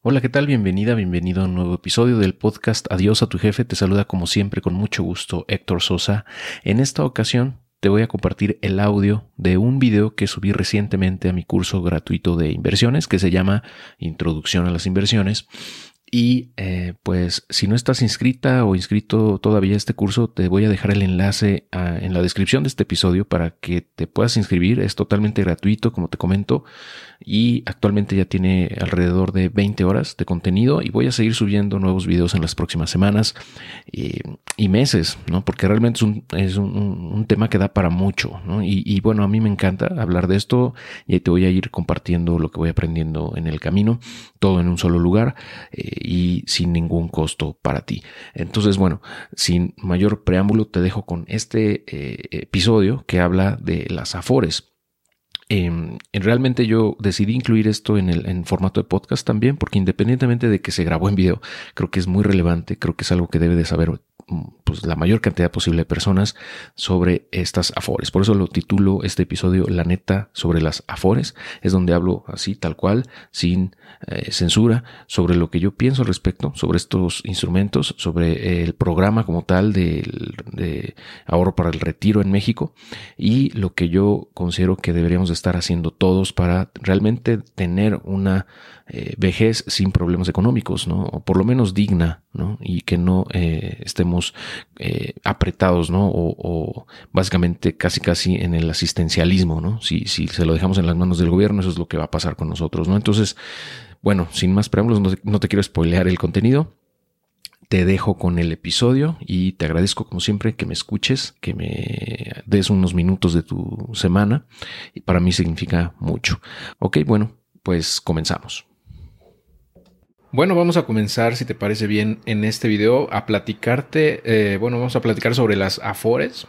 Hola, ¿qué tal? Bienvenido a un nuevo episodio del podcast Adiós a tu jefe. Te saluda como siempre con mucho gusto Héctor Sosa. En esta ocasión te voy a compartir el audio de un video que subí recientemente a mi curso gratuito de inversiones que se llama Introducción a las Inversiones. Y pues si no estás inscrita o inscrito todavía a este curso, te voy a dejar el enlace en la descripción de este episodio para que te puedas inscribir. Es totalmente gratuito, como te comento, y actualmente ya tiene alrededor de 20 horas de contenido y voy a seguir subiendo nuevos videos en las próximas semanas y meses, ¿no? Porque realmente es un tema que da para mucho, ¿no? Y bueno, a mí me encanta hablar de esto y te voy a ir compartiendo lo que voy aprendiendo en el camino, todo en un solo lugar y sin ningún costo para ti. Entonces, bueno, sin mayor preámbulo, te dejo con este episodio que habla de las Afores. Realmente yo decidí incluir esto en formato de podcast también, porque independientemente de que se grabó en video, creo que es muy relevante, creo que es algo que debe de saber pues la mayor cantidad posible de personas sobre estas Afores. Por eso lo titulo este episodio La neta sobre las Afores. Es donde hablo así, tal cual, sin censura, sobre lo que yo pienso al respecto, sobre estos instrumentos, sobre el programa como tal de ahorro para el retiro en México y lo que yo considero que deberíamos estar haciendo todos para realmente tener una vejez sin problemas económicos, ¿no? O por lo menos digna, ¿no? Y que no estemos apretados, ¿no? O básicamente casi en el asistencialismo, ¿no? Si se lo dejamos en las manos del gobierno, eso es lo que va a pasar con nosotros, ¿no? Entonces, bueno, sin más preámbulos, no te quiero spoilear el contenido. Te dejo con el episodio y te agradezco como siempre que me escuches, que me des unos minutos de tu semana y para mí significa mucho. Ok, bueno, pues comenzamos. Bueno, vamos a comenzar, si te parece bien, en este video a platicarte, vamos a platicar sobre las Afores,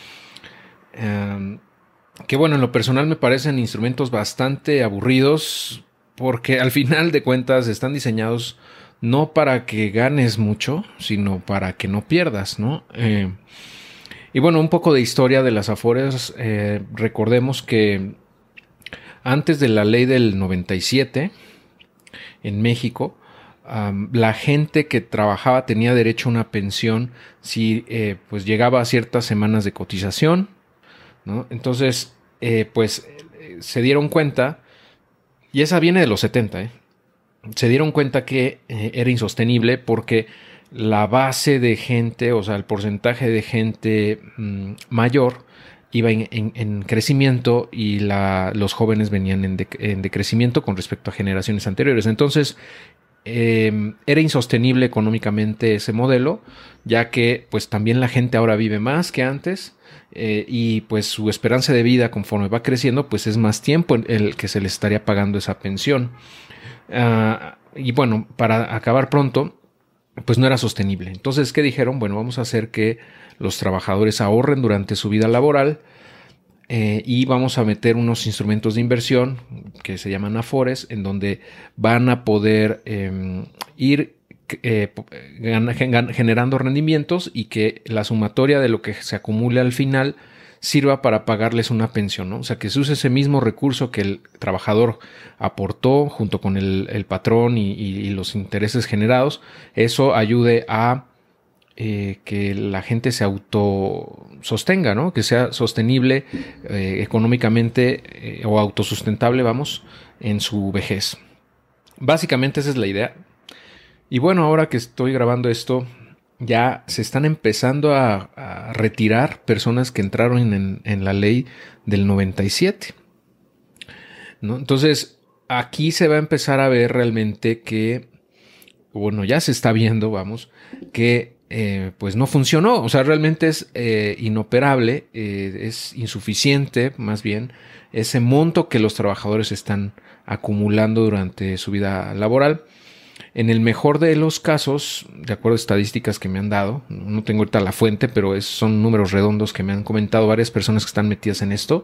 que bueno, en lo personal me parecen instrumentos bastante aburridos porque al final de cuentas están diseñados no para que ganes mucho, sino para que no pierdas, ¿no? Y bueno, un poco de historia de las Afores. Recordemos que antes de la ley del 97 en México, la gente que trabajaba tenía derecho a una pensión si pues llegaba a ciertas semanas de cotización, ¿no? Entonces, se dieron cuenta, y esa viene de los 70, se dieron cuenta que era insostenible porque la base de gente, o sea, el porcentaje de gente mayor iba en crecimiento y los jóvenes venían en decrecimiento con respecto a generaciones anteriores. Entonces, era insostenible económicamente ese modelo, ya que pues también la gente ahora vive más que antes y pues su esperanza de vida conforme va creciendo pues es más tiempo el que se les estaría pagando esa pensión. Y bueno, para acabar pronto, pues no era sostenible. Entonces, ¿qué dijeron? Bueno, vamos a hacer que los trabajadores ahorren durante su vida laboral y vamos a meter unos instrumentos de inversión que se llaman Afores, en donde van a poder ir generando rendimientos y que la sumatoria de lo que se acumule al final sirva para pagarles una pensión, ¿no? O sea, que se use ese mismo recurso que el trabajador aportó junto con el patrón y los intereses generados, eso ayude a que la gente se autosostenga, ¿no? Que sea sostenible económicamente o autosustentable, vamos, en su vejez. Básicamente esa es la idea. Y bueno, ahora que estoy grabando esto, ya se están empezando a retirar personas que entraron en la ley del 97, ¿no? Entonces, aquí se va a empezar a ver realmente que, bueno, ya se está viendo, vamos, que pues no funcionó. O sea, realmente es inoperable, es insuficiente, más bien, ese monto que los trabajadores están acumulando durante su vida laboral. En el mejor de los casos, de acuerdo a estadísticas que me han dado, no tengo ahorita la fuente, pero son números redondos que me han comentado varias personas que están metidas en esto,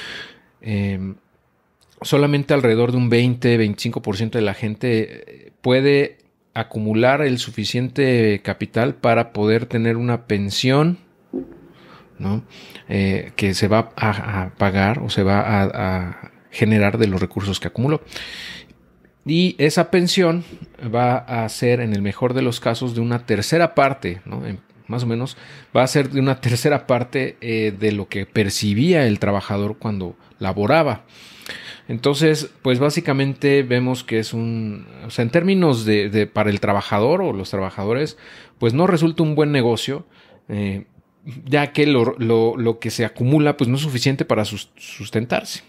solamente alrededor de un 20-25% de la gente puede acumular el suficiente capital para poder tener una pensión, ¿no? Que se va a pagar o se va a generar de los recursos que acumuló. Y esa pensión va a ser, en el mejor de los casos, de una tercera parte, ¿no? Más o menos, va a ser de una tercera parte de lo que percibía el trabajador cuando laboraba. Entonces, pues básicamente vemos que es o sea, en términos para el trabajador o los trabajadores, pues no resulta un buen negocio, ya que lo que se acumula pues no es suficiente para sustentarse.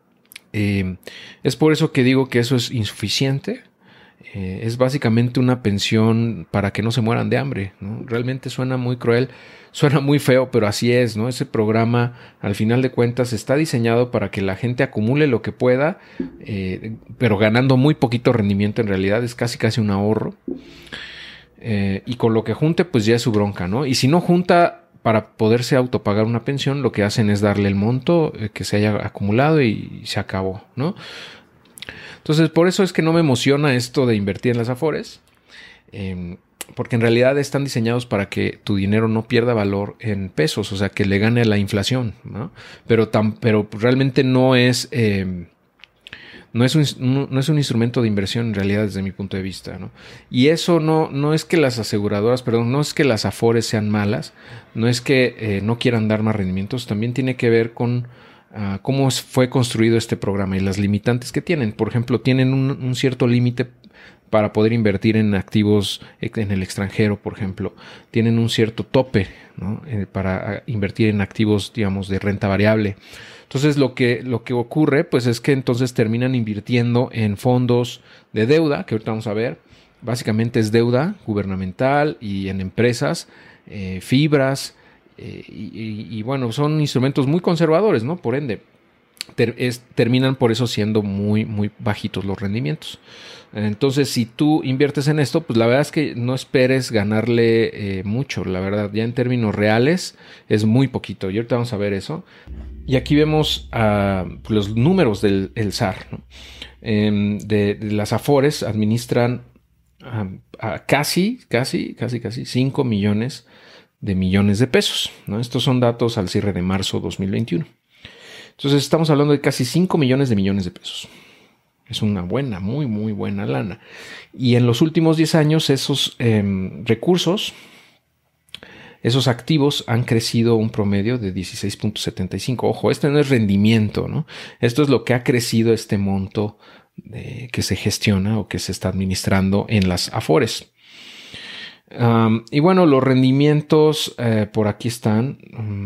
Es por eso que digo que eso es insuficiente. Es básicamente una pensión para que no se mueran de hambre, ¿no? Realmente suena muy cruel, suena muy feo, pero así es, ¿no? Ese programa, al final de cuentas, está diseñado para que la gente acumule lo que pueda, pero ganando muy poquito rendimiento. En realidad es casi un ahorro. Y con lo que junte, pues ya es su bronca, ¿no? Y si no junta para poderse autopagar una pensión, lo que hacen es darle el monto que se haya acumulado y se acabó, ¿no? Entonces, por eso es que no me emociona esto de invertir en las Afores, porque en realidad están diseñados para que tu dinero no pierda valor en pesos, o sea, que le gane a la inflación, ¿no? Pero realmente no es un instrumento de inversión en realidad desde mi punto de vista, ¿no? Y eso no es que las aseguradoras, perdón, no es que las Afores sean malas, no es que no quieran dar más rendimientos, también tiene que ver con cómo fue construido este programa y las limitantes que tienen. Por ejemplo, tienen un cierto límite para poder invertir en activos en el extranjero, por ejemplo. Tienen un cierto tope, ¿no? Para invertir en activos, digamos, de renta variable. Entonces, lo que ocurre, pues, es que entonces terminan invirtiendo en fondos de deuda, que ahorita vamos a ver. Básicamente es deuda gubernamental y en empresas, fibras, y bueno, son instrumentos muy conservadores, ¿no? Por ende, terminan por eso siendo muy bajitos los rendimientos. Entonces, si tú inviertes en esto, pues la verdad es que no esperes ganarle mucho. La verdad, ya en términos reales es muy poquito. Y ahorita vamos a ver eso. Y aquí vemos los números del SAR, ¿no? De las Afores administran casi 5 millones de pesos, ¿no? Estos son datos al cierre de marzo 2021. Entonces estamos hablando de casi 5 millones de pesos. Es una buena, muy buena lana. Y en los últimos 10 años esos recursos, esos activos han crecido un promedio de 16.75. Ojo, este no es rendimiento, ¿no? Esto es lo que ha crecido este monto que se gestiona o que se está administrando en las Afores. Y bueno, los rendimientos por aquí están.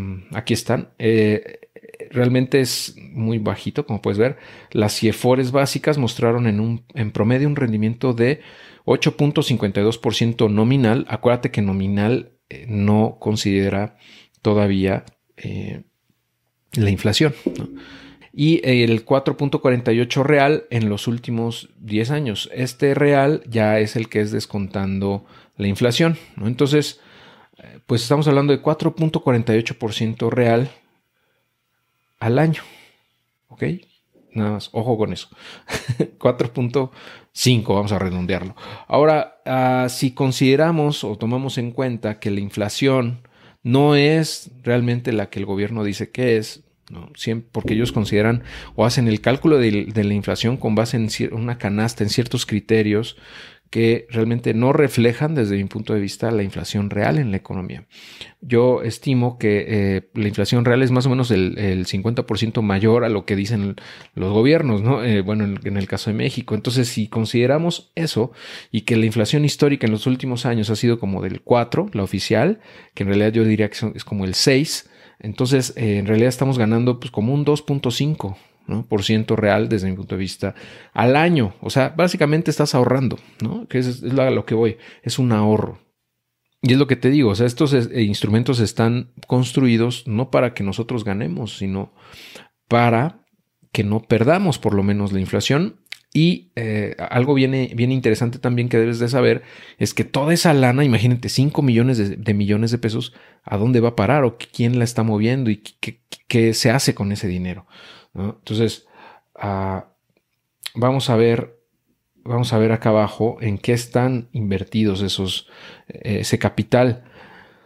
Realmente es muy bajito, como puedes ver. Las CIEFORES básicas mostraron en promedio un rendimiento de 8.52% nominal. Acuérdate que nominal no considera todavía la inflación, ¿no? Y el 4.48 real en los últimos 10 años. Este real ya es el que es descontando la inflación, ¿no? Entonces, pues estamos hablando de 4.48% real al año, ¿ok? Nada más, ojo con eso. 4.5, vamos a redondearlo. Ahora, si consideramos o tomamos en cuenta que la inflación no es realmente la que el gobierno dice que es, ¿no? Siempre, porque ellos consideran o hacen el cálculo de la inflación con base en una canasta, en ciertos criterios que realmente no reflejan desde mi punto de vista la inflación real en la economía. Yo estimo que la inflación real es más o menos el 50% mayor a lo que dicen los gobiernos, ¿no? Bueno, en el caso de México. Entonces, si consideramos eso y que la inflación histórica en los últimos años ha sido como del 4, la oficial, que en realidad yo diría que es como el 6, entonces en realidad estamos ganando pues como un 2.5%, ¿no? Por ciento real desde mi punto de vista al año. O sea, básicamente estás ahorrando, ¿no? Que es lo que voy, es un ahorro. Y es lo que te digo, o sea, estos instrumentos están construidos no para que nosotros ganemos, sino para que no perdamos por lo menos la inflación. Y algo bien interesante también que debes de saber es que toda esa lana, imagínate, 5 millones de millones de pesos, ¿a dónde va a parar? ¿O quién la está moviendo? ¿Y qué se hace con ese dinero? ¿No? Entonces, vamos a ver acá abajo en qué están invertidos ese capital.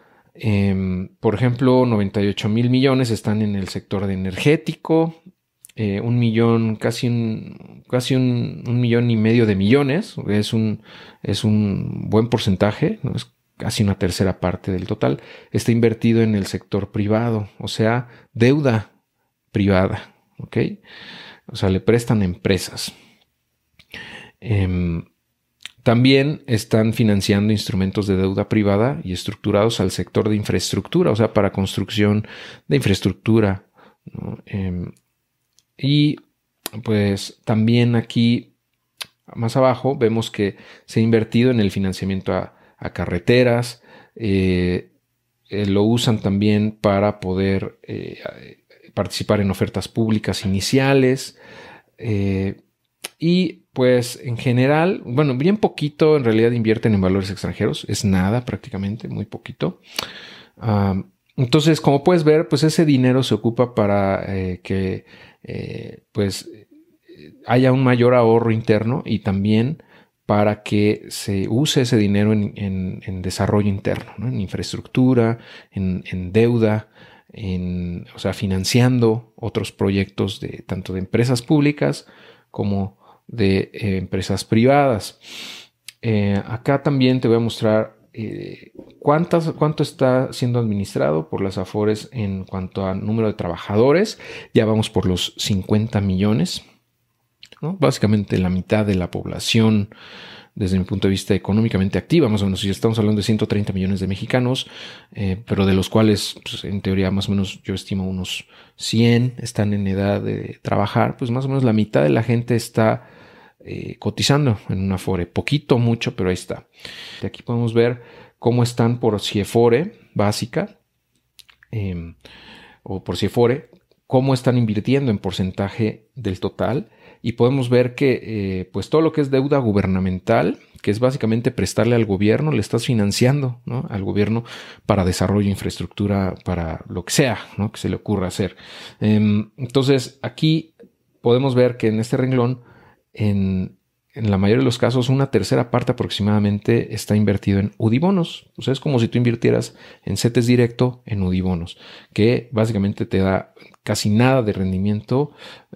Por ejemplo, 98 mil millones están en el sector de energético, un millón, casi un millón y medio de millones. Es un buen porcentaje, ¿no? Es casi una tercera parte del total. Está invertido en el sector privado, o sea, deuda privada, ¿ok? O sea, le prestan a empresas. También están financiando instrumentos de deuda privada y estructurados al sector de infraestructura, o sea, para construcción de infraestructura, ¿no? Y pues también aquí más abajo vemos que se ha invertido en el financiamiento a carreteras. Lo usan también para poder participar en ofertas públicas iniciales. Y pues en general, bueno, bien poquito en realidad invierten en valores extranjeros. Es nada prácticamente, muy poquito. Entonces, como puedes ver, pues ese dinero se ocupa para que pues haya un mayor ahorro interno y también para que se use ese dinero en desarrollo interno, ¿no? En infraestructura, en deuda, o sea, financiando otros proyectos tanto de empresas públicas como de empresas privadas. Acá también te voy a mostrar cuánto está siendo administrado por las Afores en cuanto a número de trabajadores. Ya vamos por los 50 millones, ¿no? Básicamente la mitad de la población, desde mi punto de vista económicamente activa, más o menos. Si estamos hablando de 130 millones de mexicanos, pero de los cuales, pues, en teoría, más o menos yo estimo unos 100 están en edad de trabajar, pues más o menos la mitad de la gente está cotizando en una Afore. Poquito, mucho, pero ahí está. De aquí podemos ver cómo están por CIEFORE básica o por CIEFORE, cómo están invirtiendo en porcentaje del total. Y podemos ver que pues todo lo que es deuda gubernamental, que es básicamente prestarle al gobierno, le estás financiando, ¿no? Al gobierno para desarrollo, infraestructura, para lo que sea, ¿no? Que se le ocurra hacer. Entonces aquí podemos ver que en este renglón, en la mayoría de los casos, una tercera parte aproximadamente está invertido en UDIbonos. O sea, es como si tú invirtieras en CETES directo en UDIbonos, que básicamente te da casi nada de rendimiento,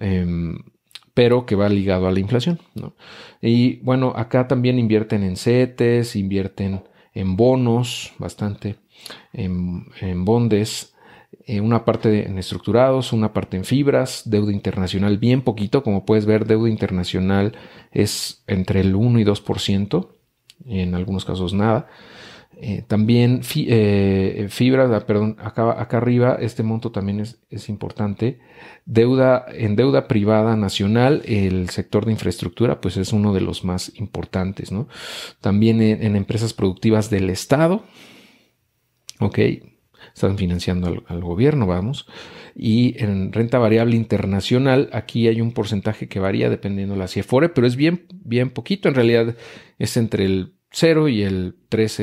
pero que va ligado a la inflación, ¿no? Y bueno, acá también invierten en CETES, invierten en bonos, bastante, en bondes, una parte en estructurados, una parte en fibras, deuda internacional bien poquito. Como puedes ver, deuda internacional es entre el 1 y 2%, en algunos casos nada. También fibras, perdón, acá arriba este monto también es importante. En deuda privada nacional, el sector de infraestructura pues es uno de los más importantes, ¿no? También en empresas productivas del Estado, ok, están financiando al gobierno, vamos. Y en renta variable internacional, aquí hay un porcentaje que varía dependiendo de la CIEFORE, pero es bien poquito. En realidad es entre el 0 y el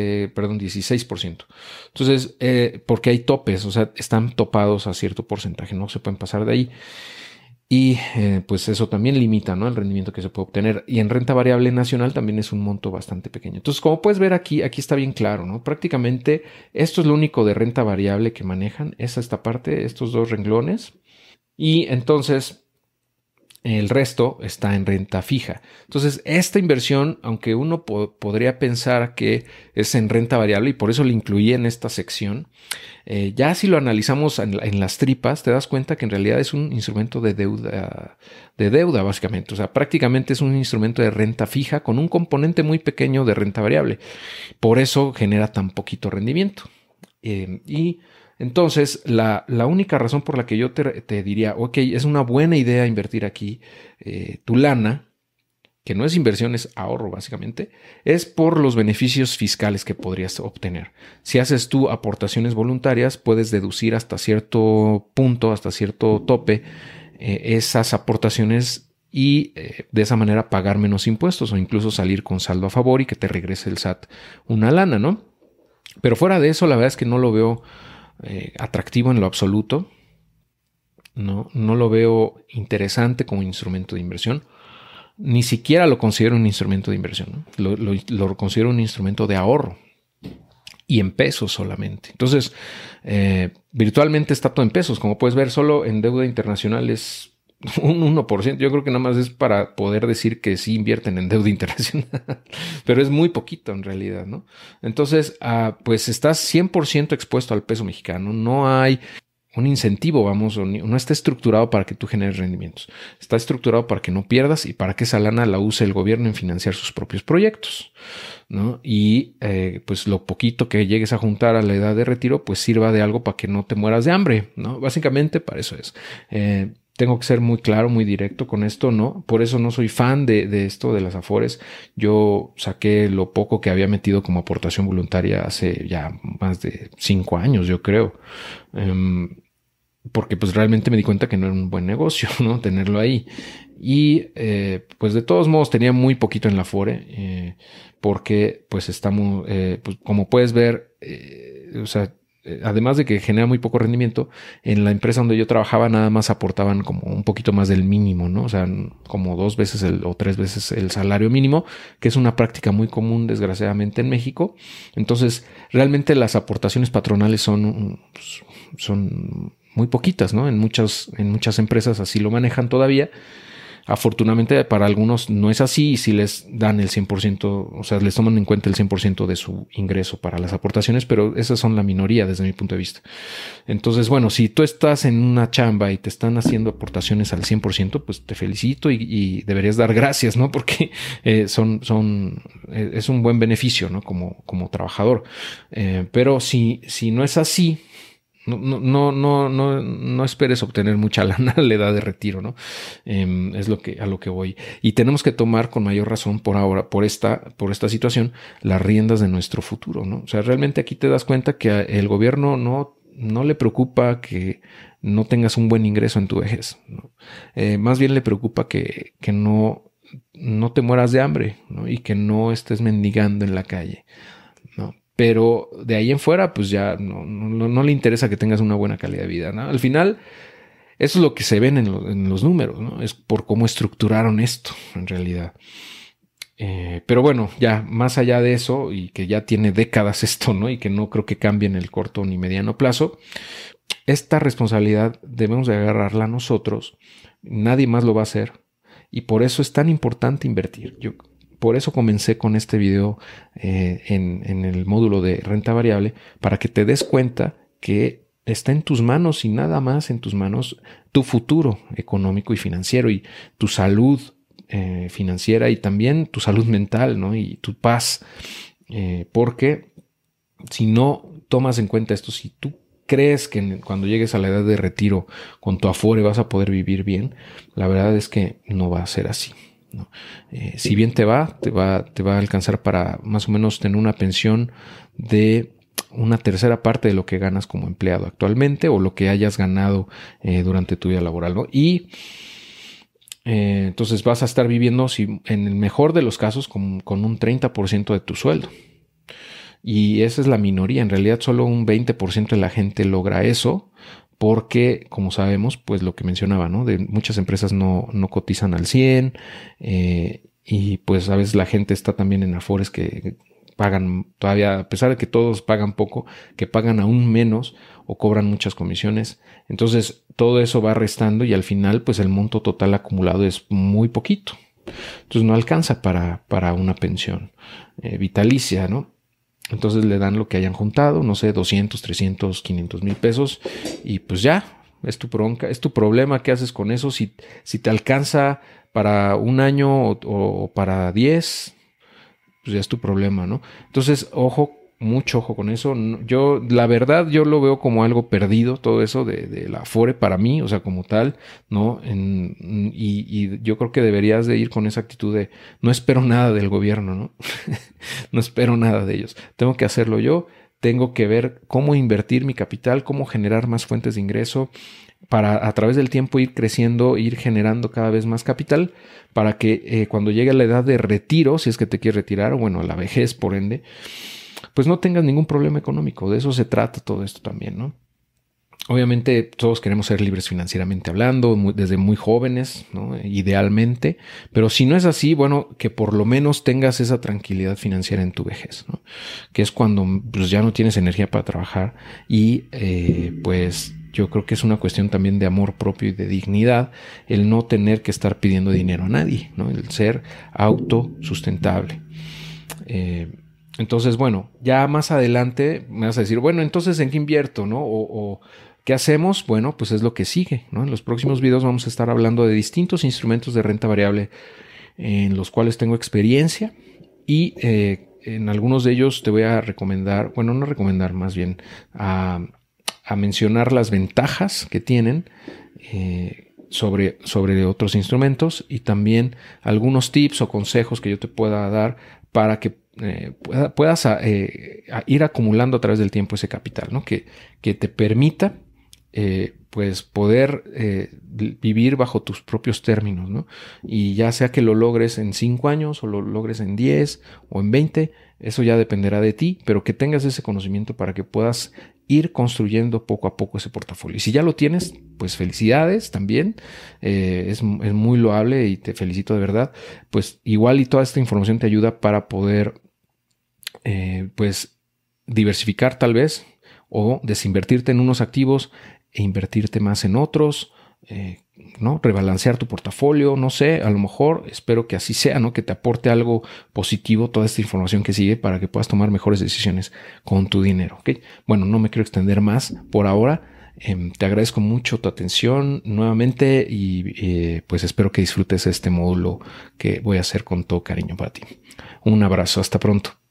16%. Entonces, porque hay topes, o sea, están topados a cierto porcentaje, no se pueden pasar de ahí. Y pues eso también limita, ¿no?, el rendimiento que se puede obtener. Y en renta variable nacional también es un monto bastante pequeño. Entonces, como puedes ver aquí está bien claro, ¿no? Prácticamente esto es lo único de renta variable que manejan, es esta parte, estos dos renglones. Y entonces el resto está en renta fija. Entonces, esta inversión, aunque uno podría pensar que es en renta variable, y por eso la incluí en esta sección, ya si lo analizamos en las tripas, te das cuenta que en realidad es un instrumento de deuda básicamente. O sea, prácticamente es un instrumento de renta fija con un componente muy pequeño de renta variable. Por eso genera tan poquito rendimiento. Y entonces, la única razón por la que yo te diría, ok, es una buena idea invertir aquí tu lana, que no es inversión, es ahorro básicamente, es por los beneficios fiscales que podrías obtener. Si haces tú aportaciones voluntarias, puedes deducir hasta cierto punto, hasta cierto tope, esas aportaciones y de esa manera pagar menos impuestos o incluso salir con saldo a favor y que te regrese el SAT una lana, ¿no? Pero fuera de eso, la verdad es que no lo veo atractivo en lo absoluto. No lo veo interesante como instrumento de inversión. Ni siquiera lo considero un instrumento de inversión, ¿no? Lo considero un instrumento de ahorro y en pesos solamente. Entonces, virtualmente está todo en pesos. Como puedes ver, solo en deuda internacional es un 1%. Yo creo que nada más es para poder decir que sí invierten en deuda internacional, pero es muy poquito en realidad, ¿no? Entonces, pues estás 100% expuesto al peso mexicano. No hay un incentivo, vamos, no está estructurado para que tú generes rendimientos. Está estructurado para que no pierdas y para que esa lana la use el gobierno en financiar sus propios proyectos, ¿no? Y pues lo poquito que llegues a juntar a la edad de retiro, pues sirva de algo para que no te mueras de hambre, ¿no? Básicamente para eso es. Tengo que ser muy claro, muy directo con esto, ¿no? Por eso no soy fan de esto de las Afores. Yo saqué lo poco que había metido como aportación voluntaria hace ya más de 5 años, yo creo. Porque pues realmente me di cuenta que no era un buen negocio, ¿no? Tenerlo ahí. Y pues de todos modos tenía muy poquito en la Afore, porque pues estamos, pues como puedes ver, o sea, además de que genera muy poco rendimiento, en la empresa donde yo trabajaba nada más aportaban como un poquito más del mínimo, ¿no? O sea, como 2 veces o 3 veces el salario mínimo, que es una práctica muy común desgraciadamente en México. Entonces, realmente las aportaciones patronales son muy poquitas, ¿no? En muchas empresas así lo manejan todavía. Afortunadamente para algunos no es así y si les dan el 100%, o sea, les toman en cuenta el 100% de su ingreso para las aportaciones, pero esas son la minoría desde mi punto de vista. Entonces, bueno, si tú estás en una chamba y te están haciendo aportaciones al 100%, pues te felicito y deberías dar gracias, ¿no? Porque es un buen beneficio, ¿no? Como trabajador. Pero si no es así, no esperes obtener mucha lana a la edad de retiro, ¿no? Es a lo que voy. Y tenemos que tomar con mayor razón por esta situación, las riendas de nuestro futuro, ¿no? O sea, realmente aquí te das cuenta que el gobierno no le preocupa que no tengas un buen ingreso en tu vejez, ¿no? Más bien le preocupa que no te mueras de hambre, ¿no? Y que no estés mendigando en la calle, ¿no? Pero de ahí en fuera, pues ya no le interesa que tengas una buena calidad de vida, ¿no? Al final, eso es lo que se ven en los números, ¿no? Es por cómo estructuraron esto, en realidad. Pero bueno, ya más allá de eso, y que ya tiene décadas esto, ¿no? Y que no creo que cambie en el corto ni mediano plazo, esta responsabilidad debemos de agarrarla nosotros. Nadie más lo va a hacer. Y por eso es tan importante invertir. Por eso comencé con este video en el módulo de renta variable, para que te des cuenta que está en tus manos y nada más en tus manos tu futuro económico y financiero y tu salud financiera y también tu salud mental, ¿no? Y tu paz. Porque si no tomas en cuenta esto, si tú crees que cuando llegues a la edad de retiro con tu Afore vas a poder vivir bien, la verdad es que no va a ser así, ¿no? Si bien te va a alcanzar para más o menos tener una pensión de una tercera parte de lo que ganas como empleado actualmente o lo que hayas ganado durante tu vida laboral, ¿no? Y entonces vas a estar viviendo, en el mejor de los casos, con un 30% de tu sueldo. Y esa es la minoría. En realidad solo un 20% de la gente logra eso, porque, como sabemos, pues lo que mencionaba, ¿no? De muchas empresas no cotizan al 100, y pues a veces la gente está también en Afores que pagan todavía, a pesar de que todos pagan poco, que pagan aún menos o cobran muchas comisiones. Entonces todo eso va restando y al final pues el monto total acumulado es muy poquito. Entonces no alcanza para una pensión vitalicia, ¿no? Entonces le dan lo que hayan juntado, no sé, 200, 300, 500 mil pesos y pues ya, es tu bronca, es tu problema. ¿Qué haces con eso? Si te alcanza para un año o para 10, pues ya es tu problema, ¿no? Entonces, mucho ojo con eso. Yo, la verdad, yo lo veo como algo perdido, todo eso de la Afore para mí, o sea, como tal, ¿no? Y yo creo que deberías de ir con esa actitud de no espero nada del gobierno, ¿no? No espero nada de ellos. Tengo que hacerlo yo, tengo que ver cómo invertir mi capital, cómo generar más fuentes de ingreso para a través del tiempo ir creciendo, ir generando cada vez más capital para que cuando llegue a la edad de retiro, si es que te quieres retirar, o bueno, a la vejez, por ende, pues no tengas ningún problema económico. De eso se trata todo esto también, ¿no? Obviamente todos queremos ser libres financieramente hablando, desde muy jóvenes, ¿no? Idealmente, pero si no es así, bueno, que por lo menos tengas esa tranquilidad financiera en tu vejez, ¿no? Que es cuando pues, ya no tienes energía para trabajar y pues yo creo que es una cuestión también de amor propio y de dignidad el no tener que estar pidiendo dinero a nadie, ¿no? El ser autosustentable. Entonces, bueno, ya más adelante me vas a decir, bueno, entonces ¿en qué invierto, no? O ¿qué hacemos? Bueno, pues es lo que sigue, ¿no? En los próximos videos vamos a estar hablando de distintos instrumentos de renta variable en los cuales tengo experiencia y en algunos de ellos te voy a recomendar, bueno, no recomendar, más bien a mencionar las ventajas que tienen sobre otros instrumentos y también algunos tips o consejos que yo te pueda dar para que puedas ir acumulando a través del tiempo ese capital, ¿no? Que te permita pues poder vivir bajo tus propios términos, ¿no? Y ya sea que lo logres en 5 años o lo logres en 10 o en 20, eso ya dependerá de ti, pero que tengas ese conocimiento para que puedas ir construyendo poco a poco ese portafolio. Y si ya lo tienes, pues felicidades también, es muy loable y te felicito de verdad. Pues igual y toda esta información te ayuda para poder pues diversificar tal vez o desinvertirte en unos activos e invertirte más en otros, ¿no? Rebalancear tu portafolio, no sé, a lo mejor espero que así sea, ¿no? Que te aporte algo positivo toda esta información que sigue para que puedas tomar mejores decisiones con tu dinero, ¿ok? Bueno, no me quiero extender más por ahora. Te agradezco mucho tu atención nuevamente y pues espero que disfrutes este módulo que voy a hacer con todo cariño para ti. Un abrazo, hasta pronto.